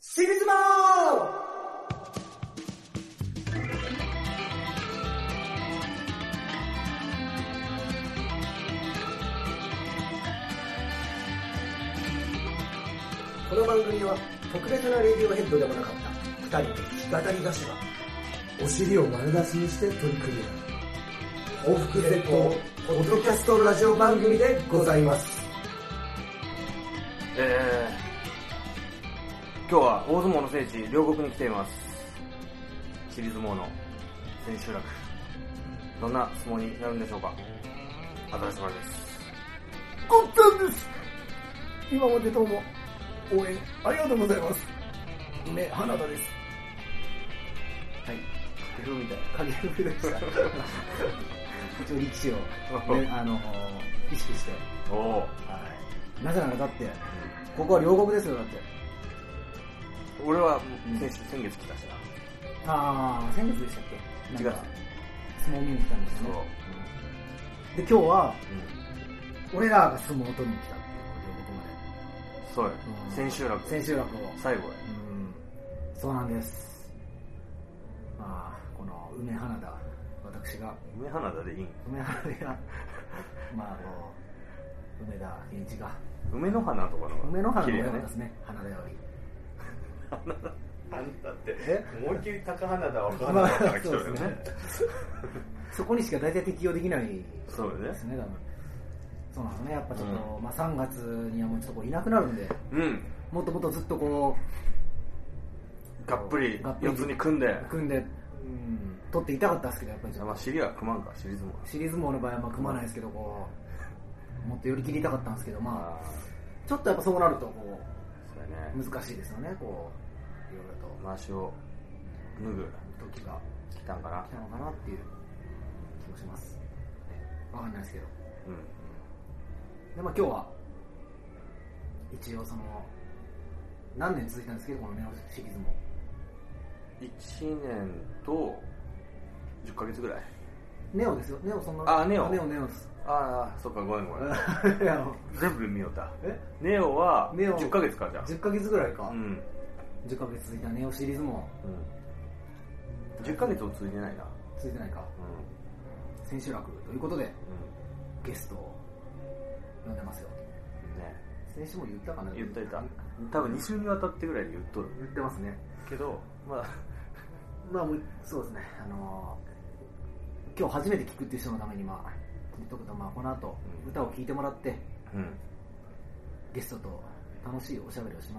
シリズモこの番組は特別なレディオヘッドでもなかった2人の弾き語り歌手がお尻を丸出しにして取り組み報復絶倒ポッドキャストラジオ番組でございます。 今日は大相撲の聖地両国に来ています。尻相撲の千秋楽、どんな相撲になるんでしょうか。新しい丸です。 こったんです。今までどうも応援ありがとうございます。梅花田です。 はい、掛布みたい影風でした一応力士を、ね、意識してはい、なぜならだってここは両国ですよ。だって俺は先月来たしな。 先月でしたっけ。 違う、 相撲見に来たんですよね。で今日は、俺らが相撲を取りに来たっていう両国まで。 そうや、千秋楽を最後や。 そうなんです。この梅花田、私が梅花田でいいん。 梅花田が梅田健一が梅の花とかの梅の花の良かったですね。花田より花田って思いっきり高花田若花田から来てるよね。 そこにしか大体適用できないですね。 そうよね、 多分そうなんですね。やっぱちょっと、3月にはもうちょっとこういなくなるんで、もっともっとずっとこうがっぷり四つに組んで取っていたかったですけど、やっぱりちょっと尻は組まんか。尻相撲の場合は組まないですけど、こうもっと寄り切りたかったんですけど、ちょっとやっぱそうなるとこう難しいですよね。こういろいろとまわしを脱ぐ時が来たのかなっていう気もします。わかんないですけど、で今日は一応その何年続いたんですけど、このネオシリーズも 1年と10ヶ月ぐらい。 ネオですよ。ネオそんなネオです。 そっか、ごめん全部見よった。ネオはネオ 10ヶ月か。じゃあ 10ヶ月ぐらいか。10ヶ月続いたネオシリーズも、 10ヶ月も続いてないな。 続いてないか。千秋楽ということで、ゲストを呼んでますよね。先週も言ったかな。 言った。多分2週にわたってぐらいで言ってますね。 けどそうですね。今日初めて聞くっていう人のために言っとくと、この後歌を聴いてもらって、ゲストと楽しいおしゃべりをします。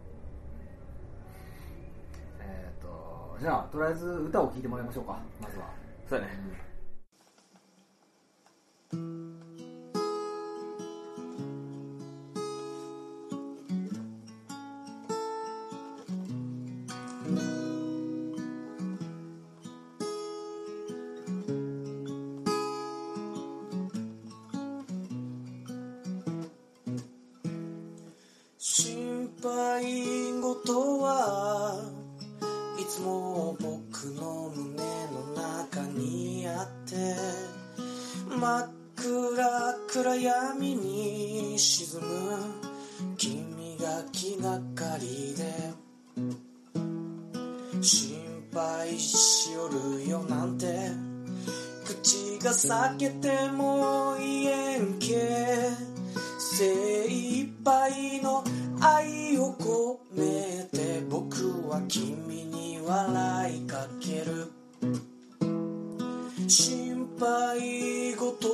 じゃあとりあえず歌を聴いてもらいましょうか。まずはそうだね。 心配事はいつも僕の胸の中にあって、真っ暗闇に沈む君が気がかりで、心配しよるよなんて口が裂けても言えんけ、精一杯の愛を込めて僕は君に笑いかける。心配事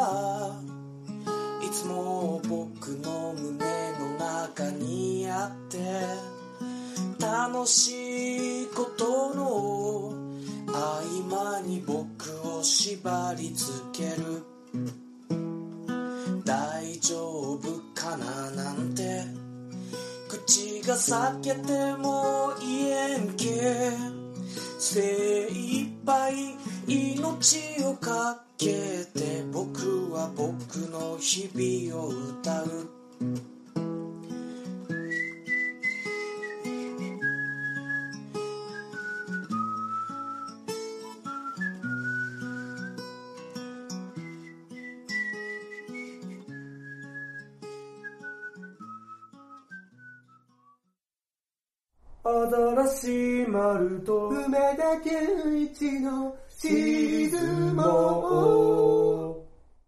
はいつも僕の胸の中にあって、楽しいことの合間に僕を縛り付ける。大丈夫かななんて口が裂けても言えんけ、精一杯命をかけて僕は僕の日々を歌う。 アザラシ丸と梅田健一のシリーズも。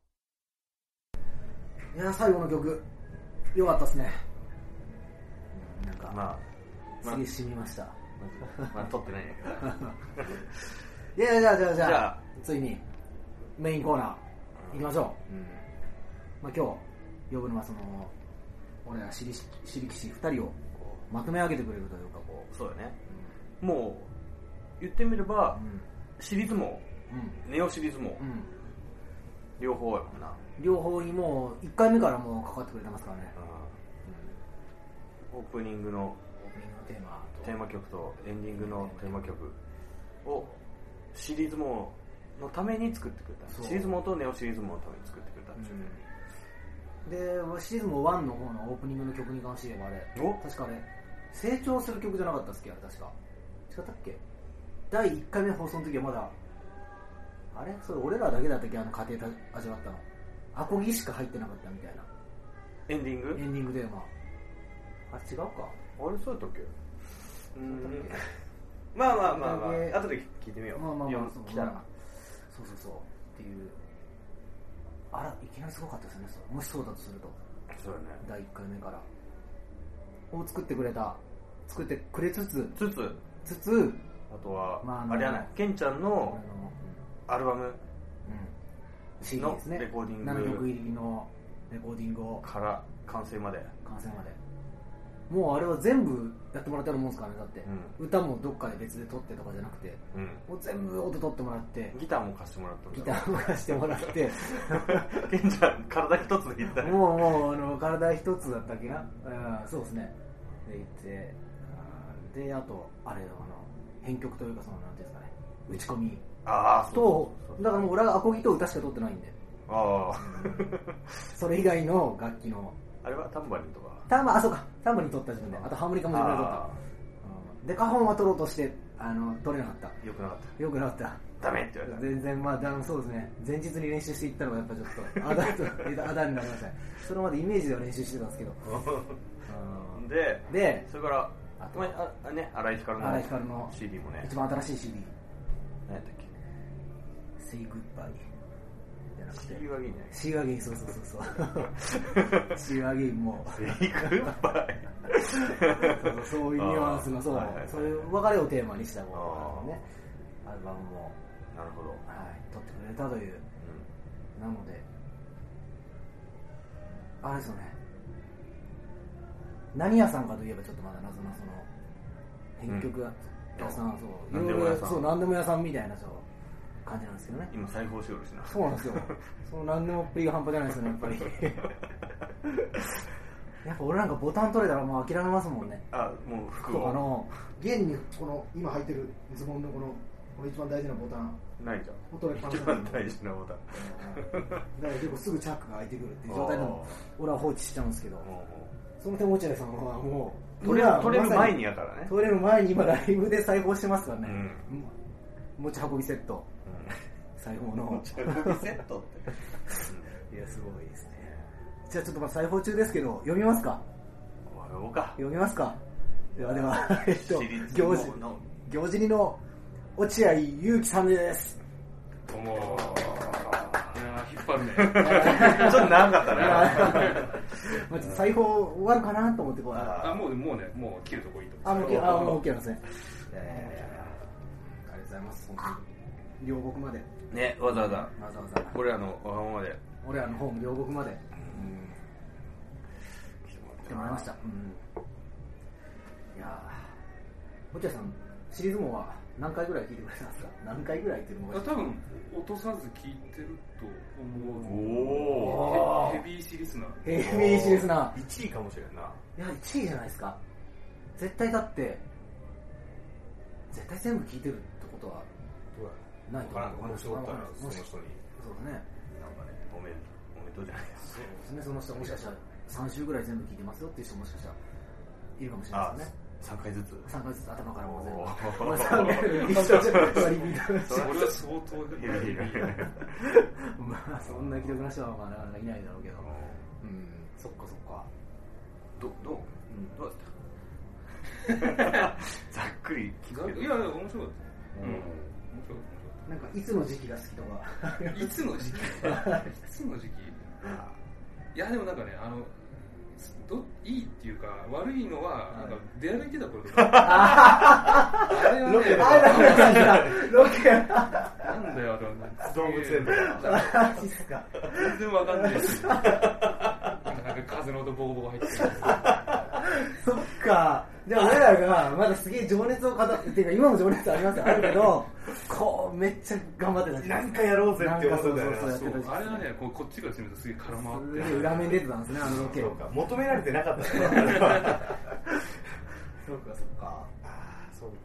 いや最後の曲良かったですね。なんか、 まあ、 次染みました。 まあ撮ってないんやけど。 いやじゃじゃあついにメインコーナー行きましょう。まあ、今日呼ぶのはその俺ら私力士2人をこうまとめ上げてくれるというかこう。 そうだね。もう言ってみれば、シリーズも、ネオシリーズも、両方やもんな。 両方にもう1回目からもうかかってくれてますからね。 オープニングのテーマ曲とエンディングのテーマ曲をシリーズものために作ってくれた。シリーズもとネオシリーズものために作ってくれたんでしょうね。 でシリーズも1の方のオープニングの曲に関して言えばあれ確かあれ成長する曲じゃなかったっすっけ、あれ確か違ったっけ。第1回目放送の時はまだあれそれ俺らだけだったっけ、あの家庭で味わったのアコギしか入ってなかったみたいなエンディングテーマ。あれ違うか、 あれそうやったっけ。まあ後で聞いてみよう。 来たらそうっていう。あらいきなりすごかったですね。もしそうだとするとそうだね。 第1回目からを作ってくれつつあとは、 まあ、 あれやないケンちゃんのアルバムのレコーディング、 7曲入りのレコーディングをから完成までもうあれは全部やってもらったようなもんですからね。だって、歌もどっかで別で撮ってとかじゃなくて、もう全部音取ってもらってギターも貸してもらってケンちゃん体一つで弾いたね。 もう体一つだったっけな。そうですね。で行ってであとあれ編曲というかそのなんていうんですかね、打ち込みとだからもう俺はアコギと歌しか取ってないんで、それ以外の楽器のあれはタンバリンとかそうかタンバリン取った自分で、あとハーモニカも自分で取った。でカホンは取ろうとして取れなかった。よくなかったダメって言われた。 全然そうですね。前日に練習していったのがやっぱちょっとあだになりましたね。それまでイメージでは練習してたんですけどでそれから荒井ひかるの CD もね、 一番新しい CD 何やったっけ、 Say Goodbye じゃなくて See You Again そうSee You Again も Say Goodbye そういうニュアンスのそういう別れをテーマにしたねアルバムもなるほど撮ってくれたという。なのであれですよね、何屋さんかといえばちょっとまだ謎のその編曲屋さん、 何でも屋さん、 そう何でも屋さんみたいな感じなんですけどね。 今裁縫しよるしな。 そうなんですよ。その何でもっぷりが半端じゃないですよね、やっぱり。やっぱ俺なんかボタン取れたらもう諦めますもんね。 もう服を現にこの今履いてるズボンのこの一番大事なボタンないじゃん。 一番大事なボタン。 だから結構すぐチャックが開いてくるっていう状態でも俺は放置しちゃうんですけど、その点落合さんはもう取れる前にやからね。 取れる前に今ライブで裁縫してますからね。持ち運びセット、裁縫の持ち運びセットっていやすごいですね。じゃあちょっと裁縫中ですけど読みますか。読みますか。では行事にの落合勇気さんです。 どうも。引っ張るね。 ちょっと長かったね。 裁縫終わるかなと思ってもう切るとこいいと思う。もう OK なんですね。ありがとうございます。本当に両国までね、わざわざ俺らのわがままで俺らのホーム両国まで来てもらいました。いや落合さんシリーズもは何回ぐらい聞いてくれたんですか。何回ぐらいっていうのが多分落とさず聞いてると思う。 ヘビーシリスナー 1位かもしれんな。 いや1位じゃないですか絶対。だって絶対全部聞いてるってことはないと思う。 この人おったらその人にそうですね。 なんかねおめでとうじゃないですか。 そうですね。その人もしかしたら3週ぐらい全部聞いてますよっていう人もしかしたらいるかもしれないですね。 3回ずつ頭からも全部 3回一緒じゃ俺は相当まあそんな既得な人はなかなかいないだろうけど、そっかどうだったざっくり聞くけど。 いやいや、面白かった。面白かった。 なんかいつの時期が好きとか。 いつの時期いつの時期いやでもなんかね、いいっていうか悪いのはなんか出歩いてた頃とかあれはね、 ロケなんだよ動物園とかマジっすか。 全然わかんないしなんか風の音ボコボコ入ってるそっか。じゃあ俺らがまだすげえ情熱を語ってっていうか今も情熱ありますよ、あるけどこうめっちゃ頑張ってたじゃん。 なんかやろうぜって思ったんだよね。 あれはね、こっちがするとすげえ空回って裏面出てたんですね、あのロケ。 そうか、求められてなかったね。 そうかそうか。 ああ、そうか。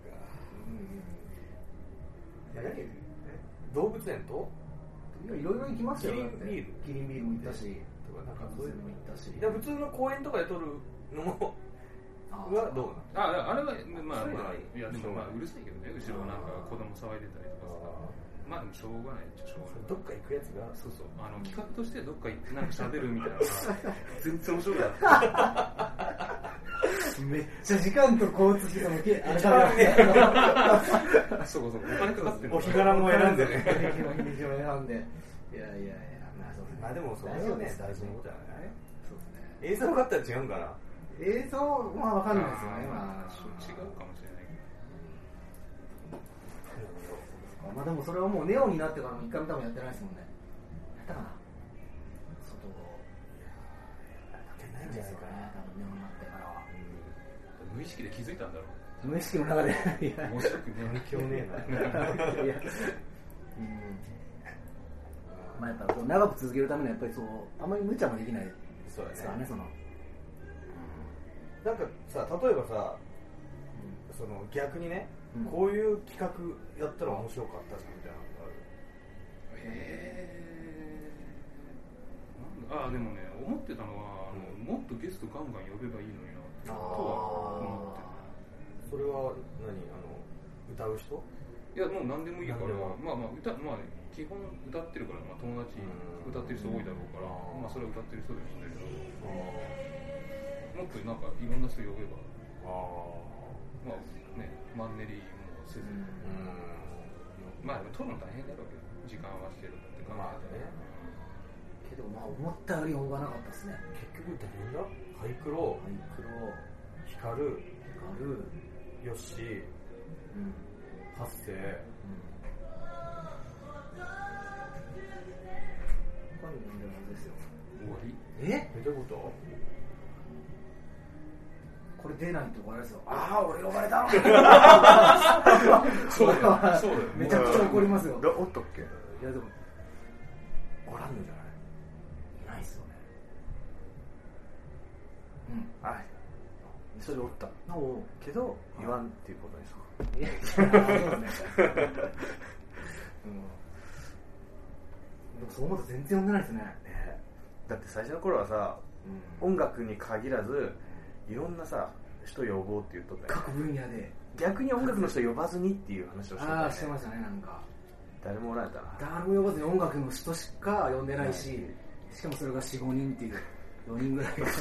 動物園といろいろ行きましたよ。 キリンビールも行ったし、 なんかそういうのも行ったし。 普通の公園とかで撮るのもはどうなの？あれはまあいやでもまあうるさいけどね、後ろなんか子供騒いでたりとかさ。まあでもしょうがないっちゃしょうがない。 どっか行くやつがそう企画としてどっか行ってなんか喋るみたいなのが全然面白くなっためっちゃ時間と交通費ともそうお金かかってるお日柄も選んでね。 お日柄も選んで。いやまあでもそれはね大事なことだね。 そうですね。 映像があったら違うんかな。 映像はわかんないですよね。 違うかもしれないけど。 まあでもそれはもうネオになってからも一回も多分やってないですもんね。やったかな。外やってないんじゃないかな。 多分ネオになってからは。 無意識で気づいたんだろう。 無意識の中で。 面白くね。 興ねえな。 まあやっぱこう長く続けるためにはやっぱりそうあんまり無茶もできないですからね。 なんかさ、例えばさ、その逆にね、こういう企画やったら面白かったじゃんみたいなのがある。 でもね、思ってたのはもっとゲストガンガン呼べばいいのになとは思ってた。それは歌う人？ いやもう何でもいいから、基本歌ってるから、友達歌ってる人多いだろうから、それは歌ってる人でもいいんだけど、もっとなんかいろんな人呼べば、マンネリもせずに、でも撮るの大変だろうけど、時間合わせてるって考えたらね。 けど思ったより音がなかったですね。 結局誰だ？ハイクロ、ヒカル、ヨッシー、ハッセイ。 終わり？ どういうこと？ これ出ないと終わりですよ。俺呼ばれたそうだよ。 めちゃくちゃ怒りますよ。 おったっけ？ いやでもおらんのじゃない？ いないっすよね。 それおったけど言わんっていうことですか？ でもそう思うと全然読んでないですね。 だって最初の頃はさ、音楽に限らずいろんなさ人呼ぼうって言っとったよね。 各分野で逆に音楽の人呼ばずにっていう話をしてたね。 してましたね。なんか誰もおられたな。 誰も呼ばずに音楽の人しか呼んでないし、しかもそれが 4,5 人っていう4人ぐらいが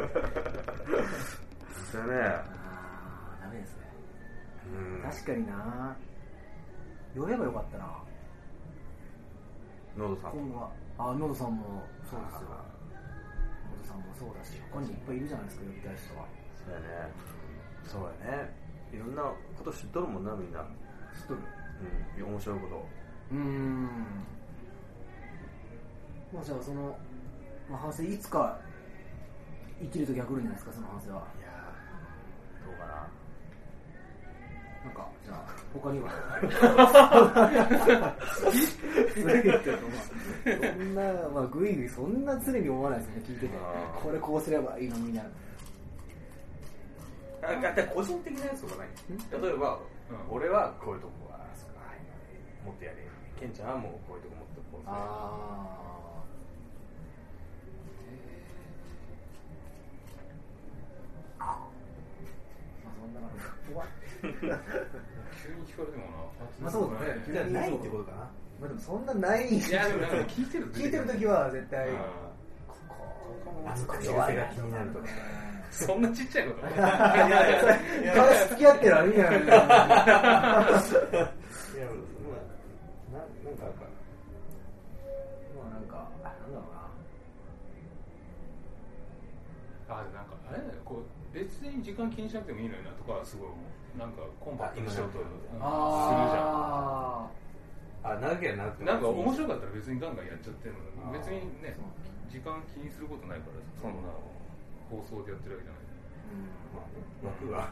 それね。 ダメですね。確かにな。呼べばよかったな。 ノドさん。 今後はノドさんもそうですよ。ノドさんもそうだし、他にいっぱいいるじゃないですか、呼びたい人は。 そうやね。いろんなこと知っとるもんな、みんな。 知っとる。 面白いこと。 じゃあその反省いつか生きる時が来るんじゃないですか、その反省は。 いやどうかな。 なんかじゃあ他にはそんなグイグイそんな常に思わないですね、聞いてて。これこうすればいいのみたいな。 個人的なやつとかない？例えば、俺はこういうとこはもっとやれ。ケンちゃんはもうこういうとこもっとこうする。 そんなの怖い。急に聞かれてもな。 そうだね。 じゃあないってことかな。 でもそんなない。 いやでもなんか聞いてる時は絶対あの口癖が気になるとか。 そんなちっちゃいこと彼氏付き合ってるわ、いいじゃないですか。 いや、なんかあるかな。 まあなんか、なんだろうな。 なんかあれだよ、こう別に時間気にしなくてもいいのになとかはすごい思う。なんかコンパクトにしようとするじゃん。 長ければ長くてなんか面白かったら別にガンガンやっちゃってるのに、別にね時間気にすることないから、そんな放送でやってるわけじゃない。 枠が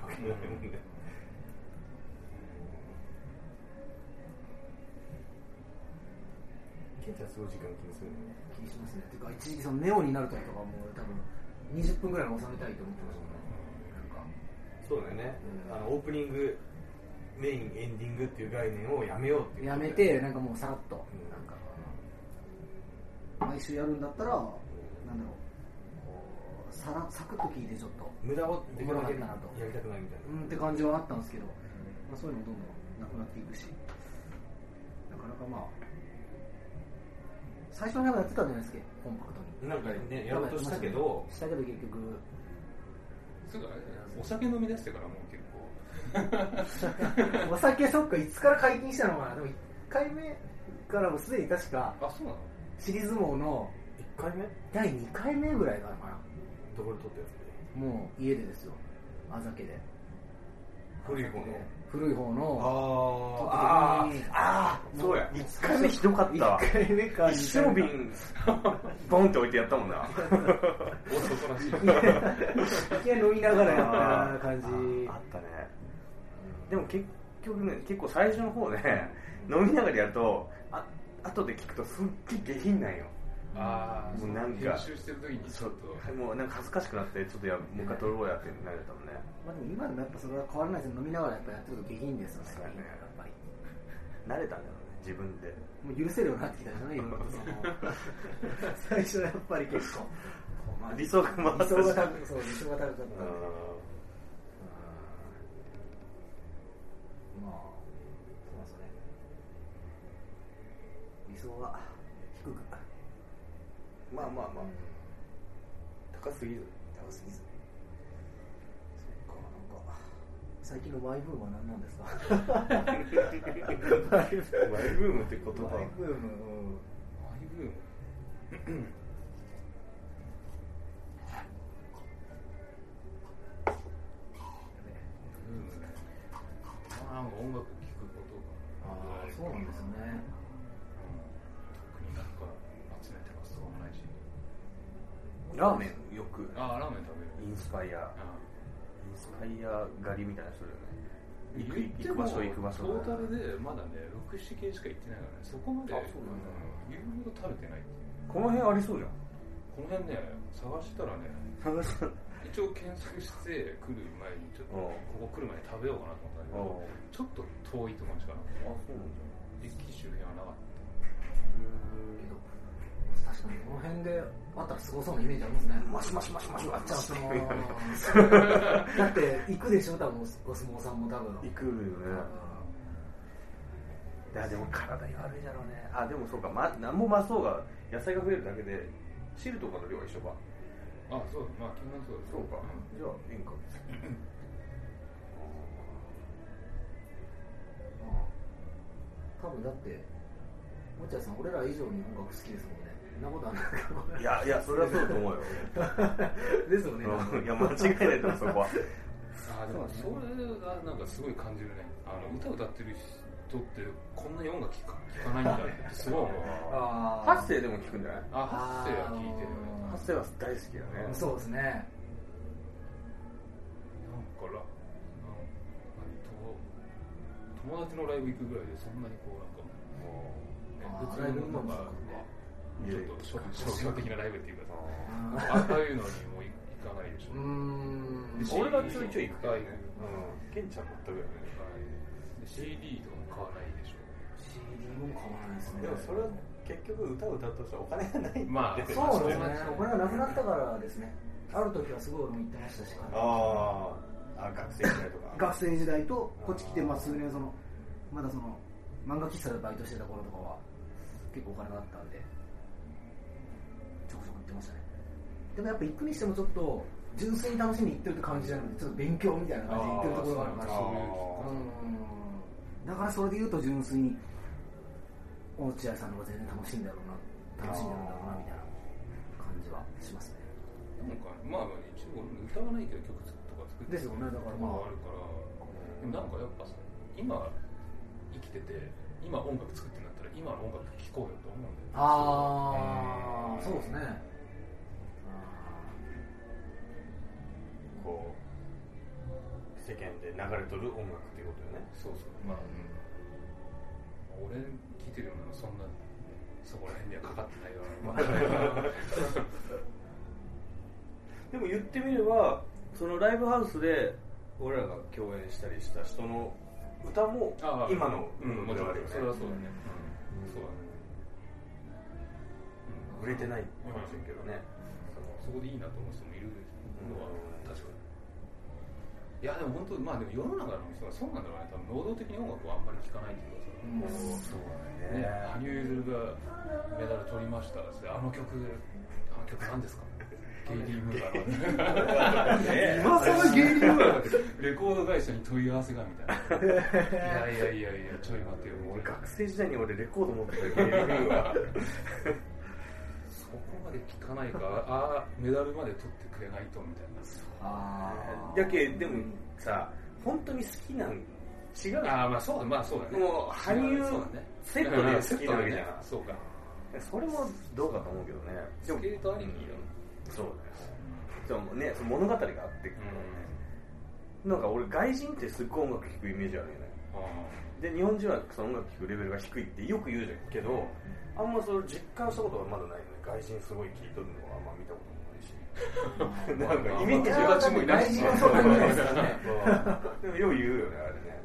ケンちゃんすごい時間気にするね。 気にしますね。てか一時期そのネオになる時とかも多分20分ぐらいに収めたいと思ってましたね。なんかそうだよね、オープニングメインエンディングっていう概念をやめようっていうやめて、なんかもうさらっと、なんか毎週やるんだったら、なんだろう、サクッと聞いてちょっと無駄をできるだけなとやりたくないみたいな、 って感じはあったんですけど、まあ、そういうのもどんどんなくなっていくし、なかなかまあ最初のやってたじゃないですか、コンパクトになんかねやろうとしたけど結局すぐあれお酒飲み出してからもう結構お酒、そっか、いつから解禁したのかな。でも1回目からもうすでに確かそうなのシリーズ網の 1回目第2回目ぐらいからかな。 どこで撮ったやつでもう家でですよ、あざけで古い方のそうや 1回目ひどかった。 1回目か一升瓶ボンって置いてやったもんな。 男らしい。 いきなり飲みながらやった感じあったね。でも結局ね、結構最初の方ね、飲みながらやると後で聞くとすっげえ下品なんよ。もうなんか編集してる時にちょっともうなんか恥ずかしくなってちょっともう一回撮ろうやってなれたもんね。 まあでも今でもやっぱそれは変わらないですよ。飲みながらやっぱやってると下品ですよね。 そうやねやっぱり慣れたんだろうね、自分で。 もう許せるようになってきたじゃないよ。最初はやっぱり結構理想が回ったし、 理想が高かった。まあそうですね。理想は低く。 まあ高すぎず。 そっか、なんか最近のマイブームは何なんですか？ マイブームって言葉。 マイブーム。 なんか音楽聴くことがそうなんですよね。 特になんか集めてますとかもないし。 ラーメンよく。 ラーメン食べる。 インスパイア狩りみたいな人だよね。行く場所トータルでまだね 6,7 軒しか行ってないからね、そこまで言うほど食べてないっていう。 この辺ありそうじゃん。 この辺ね探したらね、一応検索して来る前にちょっとここ来る前に食べようかなと思ったんだけど、ちょっと遠いところしかなかった。 そうなんだ。 駅周辺はなかった。 確かにこの辺であったらすごそうなイメージありますね。 マシだって行くでしょ、多分お相撲さんも多分行くよね。いやでも体に悪いだろうね。でもそうか、なんもそうが野菜が増えるだけで汁とかの量は一緒か。 そう、まあ基本そうです。 そうか、じゃあいいんか。 多分だって落合さん俺ら以上に音楽好きですもんね。そんなことはない。 いやそれはそうだと思うよ。 ですよね。 いや間違いないと思う、そこは。 でもそれがなんかすごい感じるね。歌歌ってる人ってこんなに音楽聴かないんだってすごい思う。 ハッセイでも聴くんじゃない？ ハッセイは聴いてる。 ハッセイは大好きだね。 そうですね。 なんか友達のライブ行くぐらいでそんなにこうなんか普通のなんかちょっと商業的なライブっていうかさ、ああいうのにも行かないでしょ。 俺がちょいちょい行く。 ケンちゃんも全くやね。 CD とかも買わないでしょ。 CD も買わないですね。 でもそれは結局歌を歌うとしたらお金がないんで。 まあそうですね。お金がなくなったからですね。ある時はすごい言ってましたし。 学生時代とか。 学生時代とこっち来て数年まだ漫画喫茶でバイトしてた頃とかは結構お金があったんでちょこちょこ行ってましたね。でもやっぱ行くにしてもちょっと純粋に楽しみに行ってるって感じじゃなくてちょっと勉強みたいな感じで行ってるところがあるからだからそれで言うと純粋に落合さんの方が全然楽しいんだろうなみたいな感じはしますね。 なんかまあ一応歌わないけど曲とか作ってですよね。だからまああるからでもなんかやっぱさ今生きてて今音楽作ってんだったら今の音楽聴こうよと思うんだよね。 ああそうですね。 こう世間で流れとる音楽っていうことよね。 そうそう、まあ、俺聴いてるようなのそんなそこら辺にはかかってないようなでも言ってみればそのライブハウスで俺らが共演したりした人の歌も今のもちろんそれはそうだね、そうだね、 売れてないかもしれんけどね、 そこでいいなと思う人もいるのは確かに。いやでも本当まあでも世の中の人がそうなんだろうね。多分能動的に音楽をあんまり聴かないっていうかそうだね。 羽生結弦がメダル取りましたってあの曲何ですかゲイリー・ムーア今更ゲイリー・ムーアレコード会社に問い合わせがみたいな。いやちょい待ってよ。 俺学生時代に俺レコード持ってたゲイリー・ムーアそこまで聞かないかメダルまで取ってくれないとみたいな。 だけでもさ本当に好きなん違う。 まあそうだね。 もう羽生セットで好きなわけじゃん。 そうか。 それもどうかと思うけどね。 スケートありきだ。 そうだよ。ねその物語があってくるなんか俺外人ってすっごい音楽聴くイメージあるよね。で日本人はその音楽聴くレベルが低いってよく言うじゃんけど、あんまそれ実感したことがまだないよね。外人すごい聴いとるのはあんま見たことないしなんかイメージがちもいないしでもよう言うよねあれね。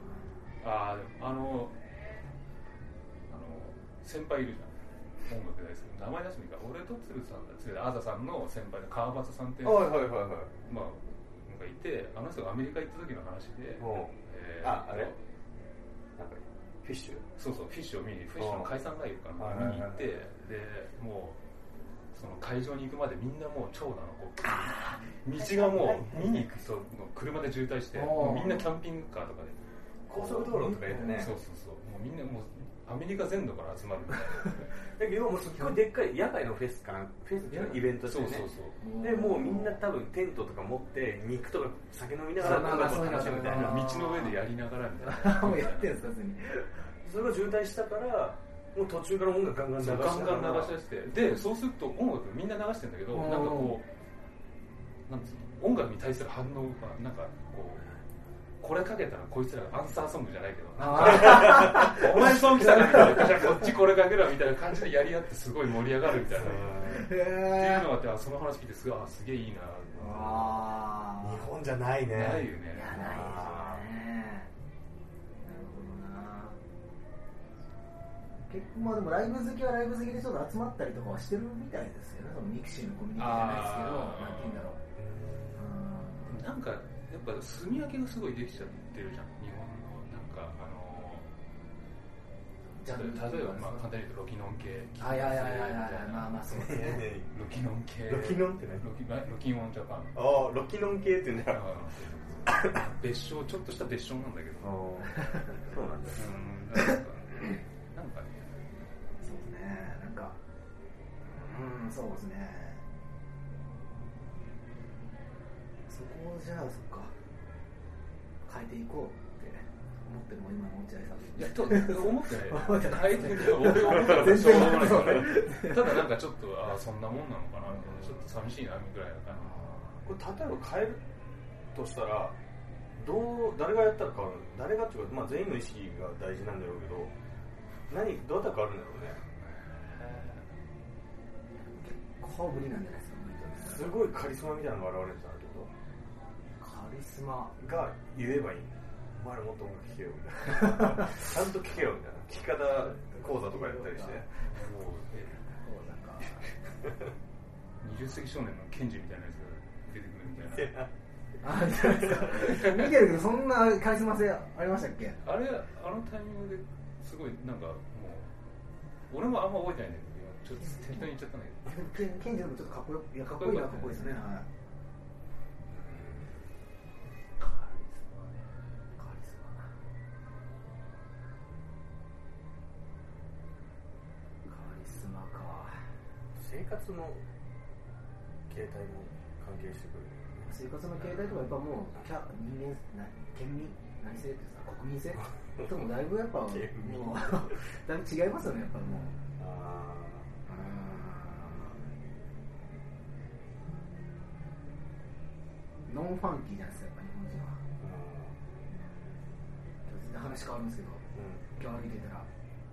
先輩いるじゃん音楽大好き名前出してもいいか。俺と鶴さんだあざさんの先輩の川端さんってまあなんかいてあの人がアメリカ行った時の話であれなんかフィッシュそうフィッシュを見にフィッシュの解散ライブから見に行ってでもうその会場に行くまでみんなもう長蛇の道がもう見に行く人の車で渋滞してもうみんなキャンピングカーとかで高速道路とかやってね。 そうもうみんなもうアメリカ全土から集まるみたいなだけどもうすっごいでっかい野外のフェスっていうイベントしてね。でもうみんな多分テントとか持って肉とか酒飲みながら楽しむみたいな。 道の上でやりながらみたいなもうやってるんですかそれが渋滞したからもう途中から音楽ガンガン流し出してでそうすると音楽みんな流してるんだけどなんかこうなんつうの音楽に対する反応がなんかこうこれかけたらこいつらがアンサーソングじゃないけどお前ソング来たらじゃあこっちこれかけろみたいな感じでやり合ってすごい盛り上がるみたいなっていうのがあってその話聞いてすげえいいな。 日本じゃないね。 ないよね。 ないですよね。なるほどな。結構まあでもライブ好きはライブ好きでちょっと集まったりとかはしてるみたいですよね。そのミクシーのコミュニティじゃないですけどなんて言うんだろう。 なんかやっぱ住み分けがすごいできちゃってるじゃん日本のなんか例えばまあ簡単に言うとロキノン系まあそうですねロキノン系ロキノンって何ロキノンジャパンロキノン系って言うんだよ別称ちょっとした別称なんだけどそうなんだなんかねそうですねなんかそうですねそこをじゃあそっか変えていこうって思ってるのも今の落合さんいや思ってない変えてる俺は思ったらしょうがないからただなんかちょっとそんなもんなのかなちょっと寂しいなぐらいだからこれ例えば変えるとしたら誰がやったら変わる誰がっていうか、まあ、全員の意識が大事なんだろうけどどうやったら変わるんだろうね。 結構無理なんじゃないですか。 すごいカリスマみたいなのが現れるんじゃないけどカリスマが言えばいい。お前らもっと音楽聴けよみたいなちゃんと聴けよみたいな聴き方講座とかやったりしてもうなんか20世紀少年のケンジみたいなやつが出てくるみたいなじゃないですか見てるけどそんなカリスマ性ありましたっけ。 あのタイミングですごいなんかもう俺もあんま覚えてないんだけどちょっと適当に言っちゃったんだけどケンジでもちょっとかっこいいなかっこいいですね。はい活の形態も関係してくる。 生活の形態とかやっぱもう人間県民何性ってさ国民性ともだいぶやっぱもうだいぶ違いますよねやっぱもう。ノンファンキーじゃないですかやっぱ日本人は。全然話変わるんですけど、今日歩いてたら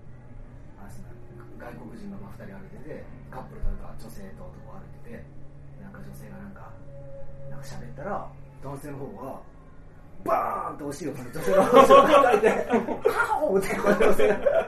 外国人が2人歩いててカップルというか女性と男歩いててなんか女性がなんか喋ったら男性の方がバーンとお尻を女性の方を叩いてカオーってこう女性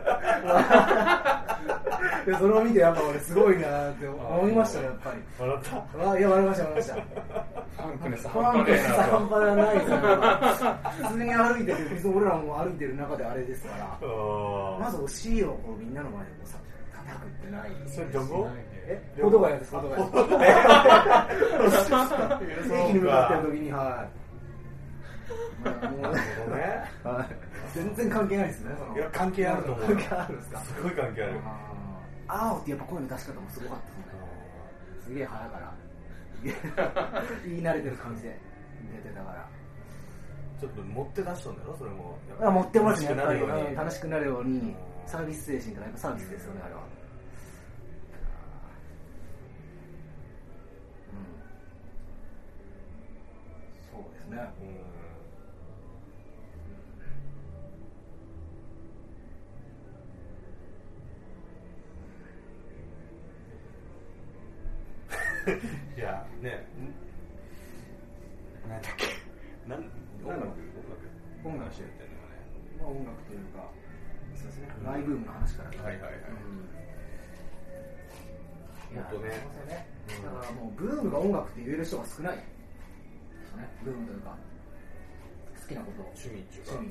がそれを見てやっぱ俺すごいなって思いましたねやっぱり。 笑った？ いや笑いました笑いました。 ファンクネス半端じゃないですよ。普通に歩いてて別に俺らも歩いてる中であれですからまずお尻をこうみんなの前でこうさ叩くってない。 それどこ？ 保土ヶ谷です。保土ヶ谷駅に向かってる時に全然関係ないですね。 いや関係あると思う。 関係あるんですか？ すごい関係ある。 青ってやっぱ声の出し方もすごかったですね。すげえ早から言い慣れてる感じで出てたからちょっと持って出しとんだろそれも。 持ってますねやっぱり楽楽しくなるようにサービス精神からやっぱサービスですよねあれは。そうですね。 いやねなんだっけ音楽してるのね。 まあ音楽というかそうですねマイブームの話から。 はいはいはい。 いや本当ね。 だからもうブームが音楽って言える人が少ないですね。ブームというか好きなことを趣味っていうか。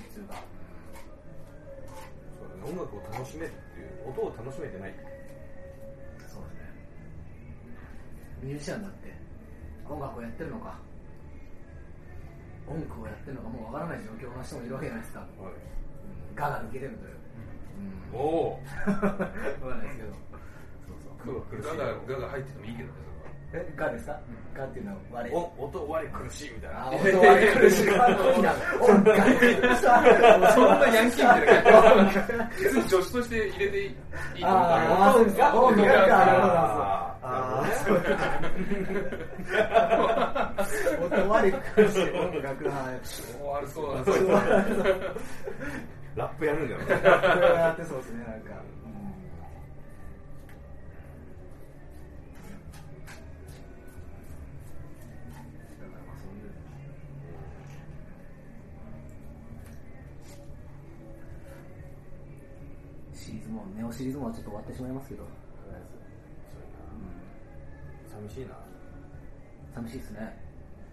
そうだね。音楽を楽しめるっていう音を楽しめてない。 そうですね。ミュージシャンだって音楽をやってるのか音楽をやってるのかもうわからない状況の人もいるわけじゃないですか。ガが抜けてるという。 おお。 わからないですけど。 ガが入っててもいいけどねそれは。 ガですか？ガっていうのは割れ。 音割れ苦しいみたいな。 音割れ苦しい。音ガそんなヤンキーみたいな感じ。普通助手として入れていいと思ったけど。 そうですか。音割れ苦しい音楽悪そうなんですよ。 ラップやるんだよね。 やってそうですねなんか。シリーズもネオシリーズもちょっと終わってしまいますけど、 寂しいな。 寂しいですね。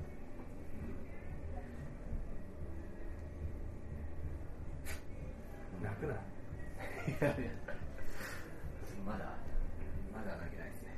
泣くな。 いやいやまだ泣けないですね。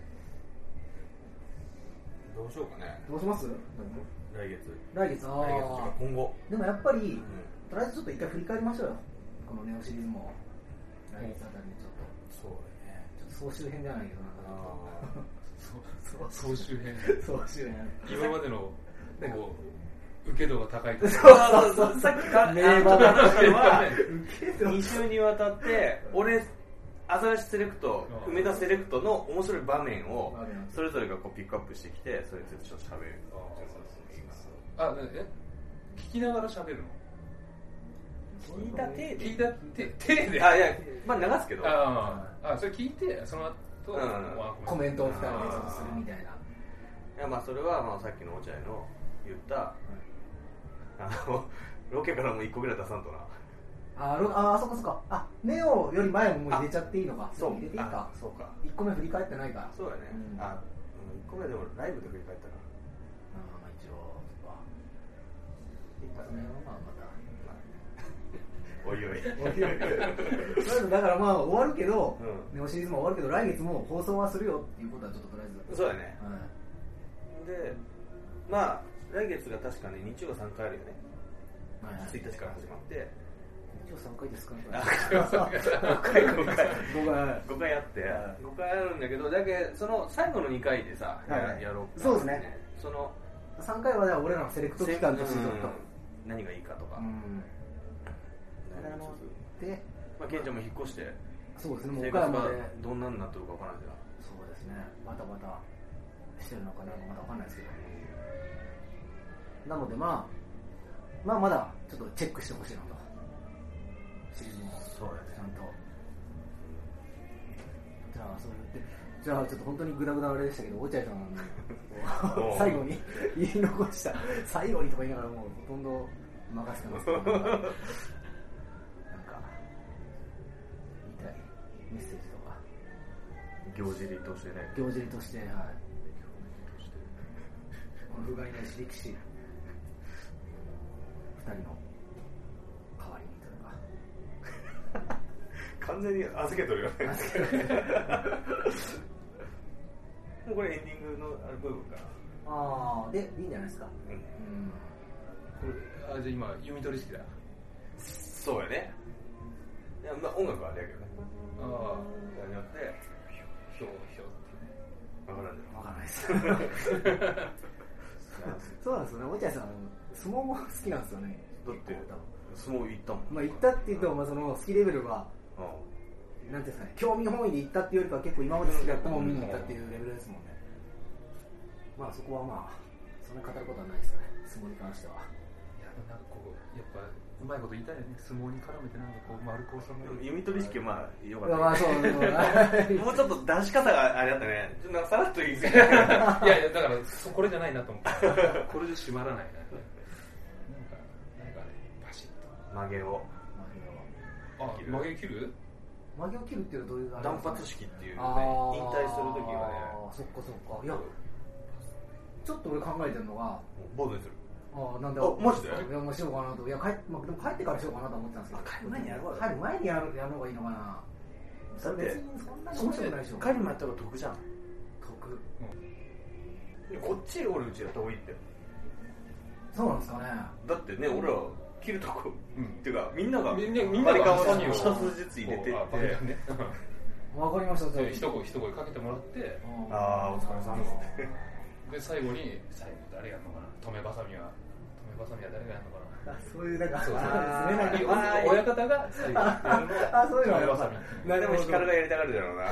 どうしようかね。 どうします？ 来月とか今後。 でもやっぱり、とりあえずちょっと一回振り返りましょうよ。このネオシリーズも来月あたりにちょっと。 そうだね。 ちょっと総集編じゃないけどなんか。 総集編。 総集編。 今までのこう受け度が高いと。 そうさっきか名場面は2週にわたって俺アザラシセレクト梅田セレクトの面白い場面をそれぞれがこうピックアップしてきてそれについてちょっと喋る。 聞きながら喋るの？ 聞いた手で。 聞いた手で。 いやまあ流すけど。 それ聞いてその後コメントを2人でするみたいな。 いやまあそれはまあさっきの落合の言ったロケからも1個ぐらい出さんとな。 そっかそっか。ネオより前ももう入れちゃっていいのか。 そう入れていいか。 そうか。 1個目振り返ってないから。 そうだね。1個目でもライブで振り返ったな。 まあ一応一発目はまたおいおい。 だからまあ終わるけど、ネオシリーズも終わるけど来月も放送はするよっていうことはちょっととりあえず。 そうだね。でまあ来月が確かね日曜が3回あるよね。1日から始まって 3回ですかね。 5回 5 やって、5回やるんだけど、だけその最後の2回でさ、やろうか。 そうですね。 その 3回はじゃあ俺らのセレクト期間としてちょっと何がいいかとか。 で、 まあケンちゃんも引っ越して、 そうですね。もう生活がどんなになってるかわからないじゃん。 そうですね。バタバタしてるのかな、まだわかんないですけど。なのでまだちょっとチェックしてほしいなと。シリーズもそうですちゃんと。じゃあそう言って、じゃあちょっと本当にグダグダあれでしたけど、落合さん最後に言い残した最後にとか言いながらもうほとんど任せてますけど、なんか言いたいメッセージとか。 行事理としてね。 行事理として、はい。不甲斐ないし力士2人の代わりにというか完全に預けとるよね。もうこれエンディングの部分かな。 ああ、でいいんじゃないですか。 これじゃあ今読み取り式だ。 そうやね。いや、まあ音楽はあれやけどね。 ああ、 によってひょってね。 わからんじゃん。 わからないです。そうなんですよね。落合さん相撲も好きなんですよね。 だって相撲行ったもん。 まあ行ったって言うと、まあその好きレベルはなんていうんですかね、興味本位で行ったっていうよりかは結構今までのやったもん見に行ったっていうレベルですもんね。まあそこはまあそんな語ることはないですかね、相撲に関しては。 いや、なんかこうやっぱうまいこと言いたいよね。相撲に絡めてなんかこう丸く収める。 読み取り式はまあよかった、 まあそうもうちょっと出し方があれだったね。ちょっとなんかさらっと言い過ぎいやいや、だからこれじゃないなと思ってこれで締まらないな。なんかね、パシッと曲げを曲げ切る？ 曲げを切るっていうのはどういう断髪式っていうね、引退するときはね。 そっかそっか。いやちょっと俺考えてるのが坊主にする。 なんでマジで？ いやもうしようかなと。いやでも帰ってからしようかなと思ってたんですけど、 帰る前にやるわ。 帰る前にやるのがいいのかな。 だって別にそんなに面白くないでしょ。 帰る前やったら得じゃん。得。こっち俺うちやった方がいいって。 そうなんですかね。 だってね、俺ら切るとこっていうかみんながみんながバリカンを一つずつ入れてって。 わかりました。 一声かけてもらって、 お疲れ様で最後に誰やるのかな。止めばさみは誰がやるのかな。 そういうなんか親方が最後やるの。 そういうの止めばさみ。でも光がやりたがるだろうな。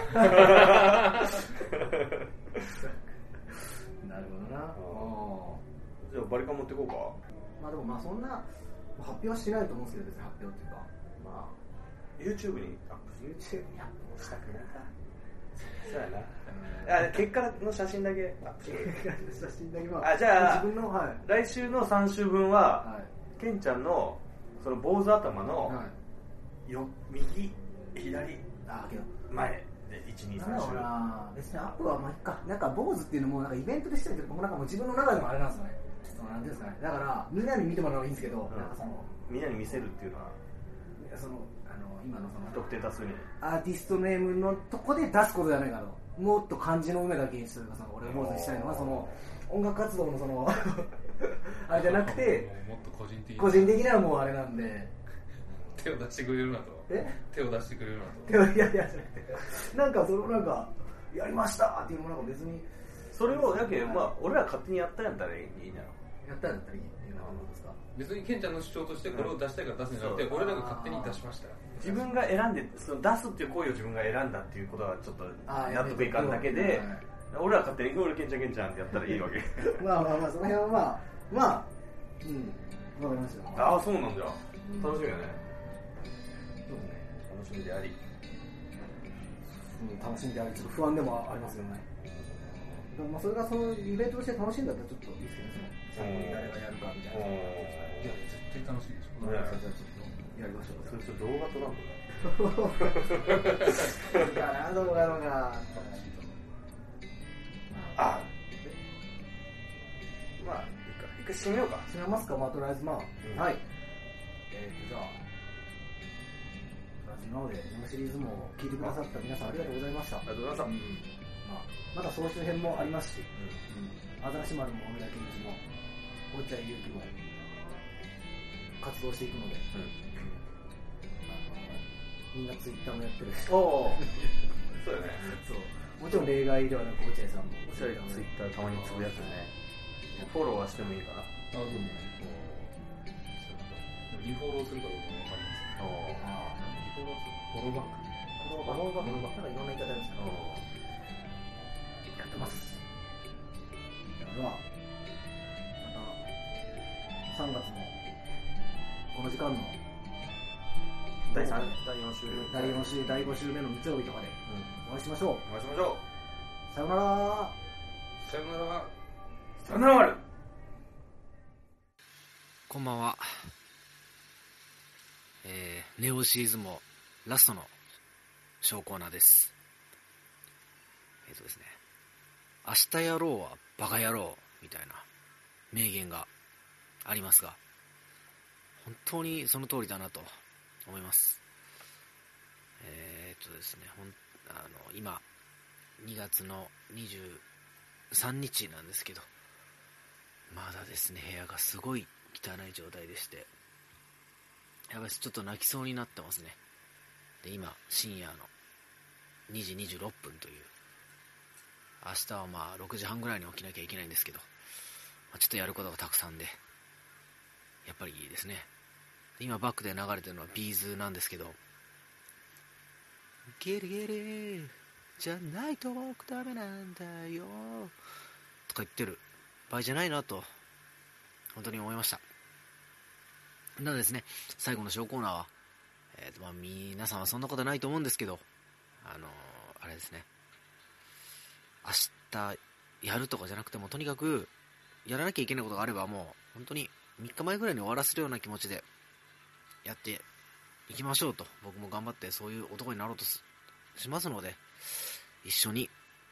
なるほどな。 じゃあバリカン持ってこうか。 まあでもまあそんな発表はしないと思うんですけど、別に発表っていうか、まあ YouTube にアップする。 YouTube にアップしたくないか。 そうやな。結果の写真だけアップする。 写真だけじゃあ自分の、 来週の3週分は、ケンちゃんのその坊主頭の右左前で1、2、3週。 別にアップはまあいっか。なんか坊主っていうのもなんかイベントでしてるけど、僕なんかもう自分の中でもあれなんですよね。なんていうんですかね。だからみんなに見てもらうのがいいんですけど、なんかそのみんなに見せるっていうのは今のその不特定多数にアーティストネームのとこで出すことじゃないかと。もっと漢字の梅だけにするか、俺が坊主にしたいのはその音楽活動のそのあれじゃなくて、 もっと個人的なもうあれなんで、 手を出してくれるなと。手を出してくれるなと。 いやじゃなくて、なんかそのなんかやりましたっていうのもなんか別にそれをやけまあ俺ら勝手にやったんやったらいいんじゃない。 やったんだったらいいっていうのはどうですか。 別にケンちゃんの主張としてこれを出したいから出すんじゃなくて、俺らが勝手に出しました。 自分が選んでその出すっていう行為を自分が選んだっていうことはちょっと納得いかんだけで、俺ら勝手に俺ケンちゃんってやったらいいわけ。 まあその辺はわかりました。 そうなんだ。楽しみだね。楽しみであり、 楽しみであり、ちょっと不安でもありますよね。まあそれがそのイベントとして楽しいんだったらちょっといいですよね。最後に誰がやるかみたいな。 いや絶対楽しいでしょ。 じゃあちょっとやりましょう。 それと動画撮らんとかな。動画のがまあ一回締めようか。 締めますか。まあとりあえずはい。じゃあ今までこのシリーズも聞いてくださった皆さんありがとうございました。 ありがとうございました。 まだ総集編もありますし、アザラシ丸も梅田健一も落合勇気も活動していくので、 みんなツイッターもやってる。 おおそうだね。 そう。もちろん例外ではなく、落合さんも。 ツイッターたまにつぶやくね。フォローはしてもいいかな。 そうね。リフォローするかどうかもわかんないですけど。リフォローする。フォローバック。 フォローバック。なんかいろんな言い方ありますね。やってます。では、また、3月の、この時間の、 第4週第5週目の日曜日とかでお会いしましょう。 お会いしましょう。さよなら。 さよなら。 さよなら。 こんばんは。ネオシーズもラストの小コーナーです。ですね、明日やろうはバカ野郎みたいな名言がありますが、本当にその通りだなと思います。ですね、今2月の23日なんですけど、まだですね、部屋がすごい汚い状態でして、やばい、ちょっと泣きそうになってますね。で、今深夜の2時26分という、明日はまあ6時半ぐらいに起きなきゃいけないんですけど、ちょっとやることがたくさんで、やっぱりいいですね。今バックで流れてるのはビーズなんですけど、ゲレゲレじゃないと僕ダメなんだよとか言ってる場合じゃないなと本当に思いました。なのでですね、最後の小コーナーは、皆さんはそんなことないと思うんですけど、あれですね、明日やるとかじゃなくても、とにかくやらなきゃいけないことがあれば、もう本当に3日前ぐらいに終わらせるような気持ちでやっていきましょうと。僕も頑張ってそういう男になろうとしますので、一緒に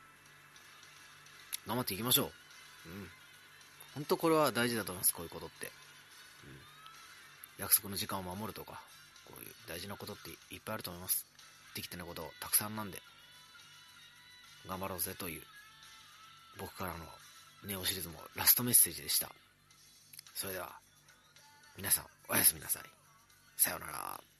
頑張っていきましょう。本当これは大事だと思います。こういうことって、約束の時間を守るとか、こういう大事なことっていっぱいあると思います。できてないことたくさんなんで、頑張ろうぜという僕からのネオシリーズもラストメッセージでした。それでは皆さんおやすみなさい。さようなら。